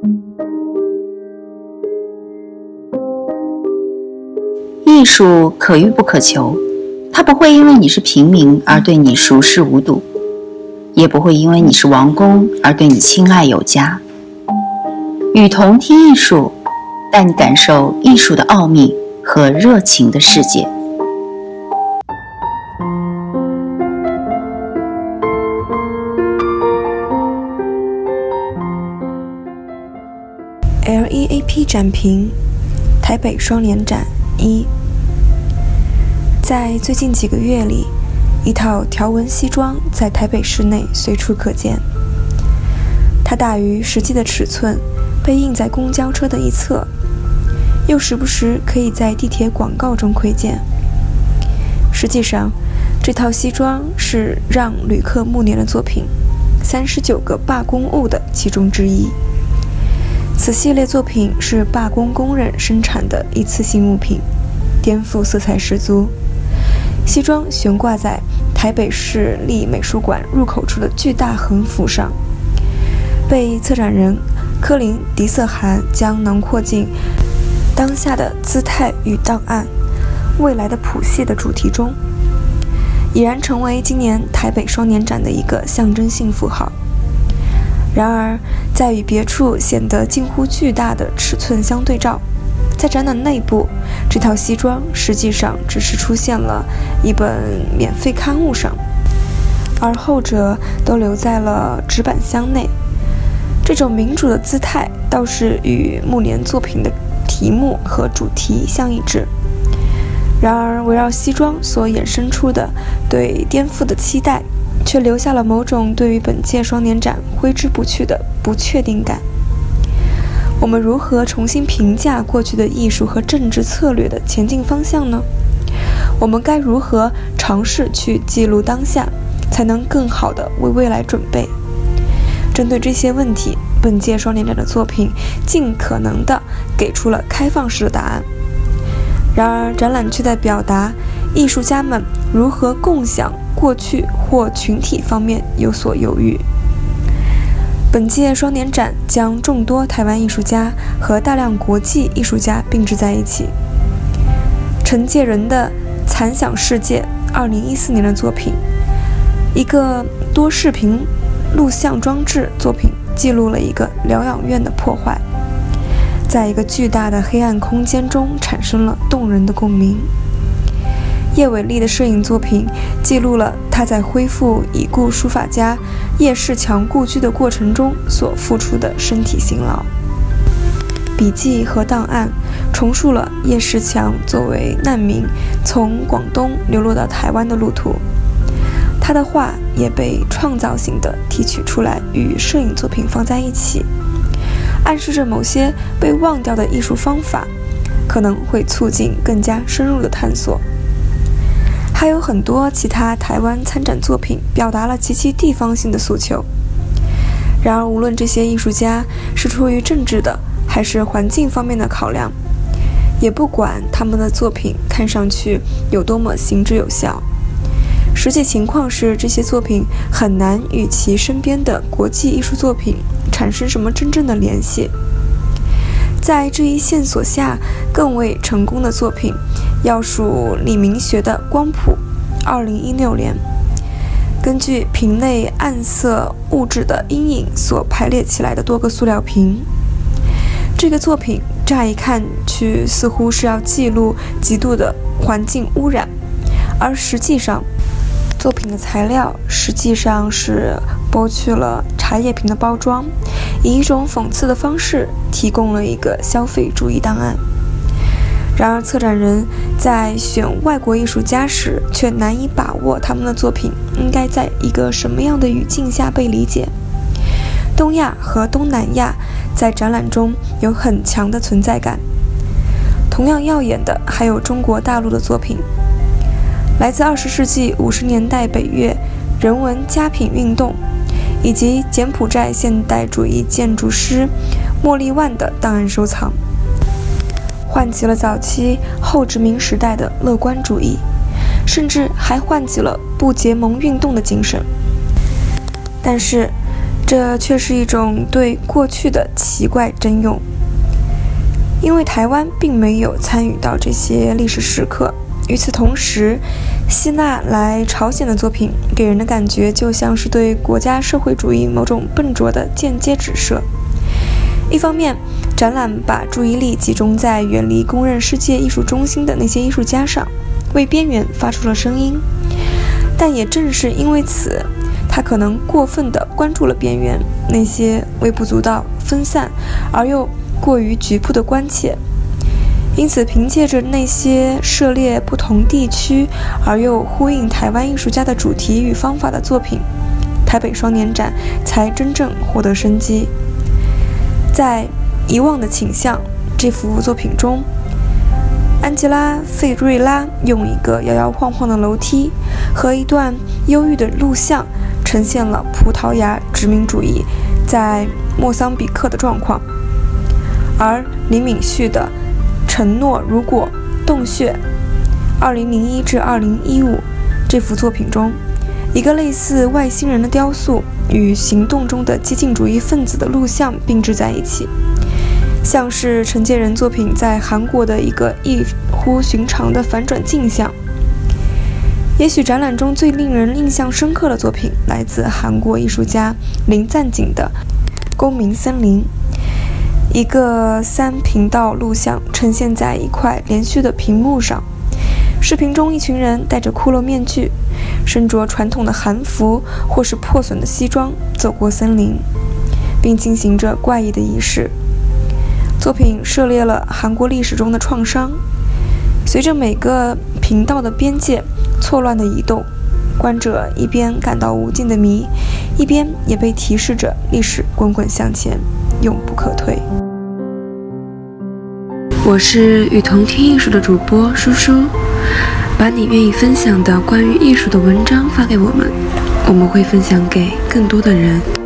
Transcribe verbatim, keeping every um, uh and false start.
艺术可遇不可求，它不会因为你是平民而对你熟视无睹，也不会因为你是王公而对你亲爱有加。与同听艺术，带你感受艺术的奥秘和热情的世界。 L E A P 展评：台北双年展一。在最近几个月里，一套条纹西装在台北市内随处可见。它大于实际的尺寸，被印在公交车的一侧，又时不时可以在地铁广告中窥见。实际上，这套西装是让旅客暮年的作品，三十九个罢工物的其中之一。此系列作品是罢工工人生产的一次性物品，颠覆色彩十足。西装悬挂在台北市立美术馆入口处的巨大横幅上，被策展人科林·迪瑟涵将囊括进当下的姿态与档案、未来的谱系的主题中，已然成为今年台北双年展的一个象征性符号。然而，在与别处显得近乎巨大的尺寸相对照，在展览内部，这套西装实际上只是出现了一本免费刊物上，而后者都留在了纸板箱内。这种民主的姿态倒是与暮年作品的题目和主题相一致。然而，围绕西装所衍生出的对颠覆的期待，却留下了某种对于本届双年展挥之不去的不确定感。我们如何重新评价过去的艺术和政治策略的前进方向呢？我们该如何尝试去记录当下，才能更好地为未来准备？针对这些问题，本届双年展的作品尽可能地给出了开放式的答案。然而，展览却在表达艺术家们如何共享过去或群体方面有所犹豫。本届双年展将众多台湾艺术家和大量国际艺术家并置在一起。陈介仁的《残响世界》二零一四年的作品，一个多视频录像装置作品，记录了一个疗养院的破坏，在一个巨大的黑暗空间中产生了动人的共鸣。叶伟立的摄影作品记录了他在恢复已故书法家叶世强故居的过程中所付出的身体辛劳。笔记和档案重述了叶世强作为难民从广东流落到台湾的路途。他的画也被创造性地提取出来，与摄影作品放在一起，暗示着某些被忘掉的艺术方法可能会促进更加深入的探索。还有很多其他台湾参展作品表达了极其地方性的诉求。然而，无论这些艺术家是出于政治的还是环境方面的考量，也不管他们的作品看上去有多么行之有效，实际情况是这些作品很难与其身边的国际艺术作品产生什么真正的联系。在这一线索下，更为成功的作品要数李明学的《光谱》二零一六年，根据瓶内暗色物质的阴影所排列起来的多个塑料瓶。这个作品乍一看去似乎是要记录极度的环境污染，而实际上作品的材料实际上是剥去了茶叶瓶的包装，以一种讽刺的方式提供了一个消费主义档案。然而，策展人在选外国艺术家时，却难以把握他们的作品应该在一个什么样的语境下被理解。东亚和东南亚在展览中有很强的存在感。同样耀眼的还有中国大陆的作品，来自二十世纪五十年代北越人文佳品运动，以及柬埔寨现代主义建筑师莫利万的档案收藏，唤起了早期后殖民时代的乐观主义，甚至还唤起了不结盟运动的精神。但是， 这却是一种对过去的奇怪征用。因为台湾并没有参与到这些历史时刻，与此同时，吸纳来朝鲜的作品给人的感觉就像是对国家社会主义某种笨拙的间接指涉。一方面，展览把注意力集中在远离公认世界艺术中心的那些艺术家上，为边缘发出了声音。但也正是因为此，他可能过分地关注了边缘那些微不足道、分散而又过于局部的关切。因此，凭借着那些涉猎不同地区而又呼应台湾艺术家的主题与方法的作品，台北双年展才真正获得生机。在遗忘的倾向这幅作品中，安吉拉·费瑞拉用一个摇摇晃晃的楼梯和一段忧郁的录像呈现了葡萄牙殖民主义在莫桑比克的状况。而李敏旭的承诺如果洞穴二零零一至二零一五这幅作品中，一个类似外星人的雕塑与行动中的激进主义分子的录像并置在一起，像是陈介仁作品在韩国的一个异乎寻常的反转镜像。也许展览中最令人印象深刻的作品来自韩国艺术家林赞景的《公民森林》，一个三频道录像呈现在一块连续的屏幕上。视频中，一群人戴着骷髅面具，身着传统的韩服或是破损的西装走过森林，并进行着怪异的仪式。作品涉猎了韩国历史中的创伤，随着每个频道的边界错乱的移动，观者一边感到无尽的迷，一边也被提示着历史滚滚向前，永不可退。 我是与同听艺术的主播舒舒，把你愿意分享的关于艺术的文章发给我们，我们会分享给更多的人。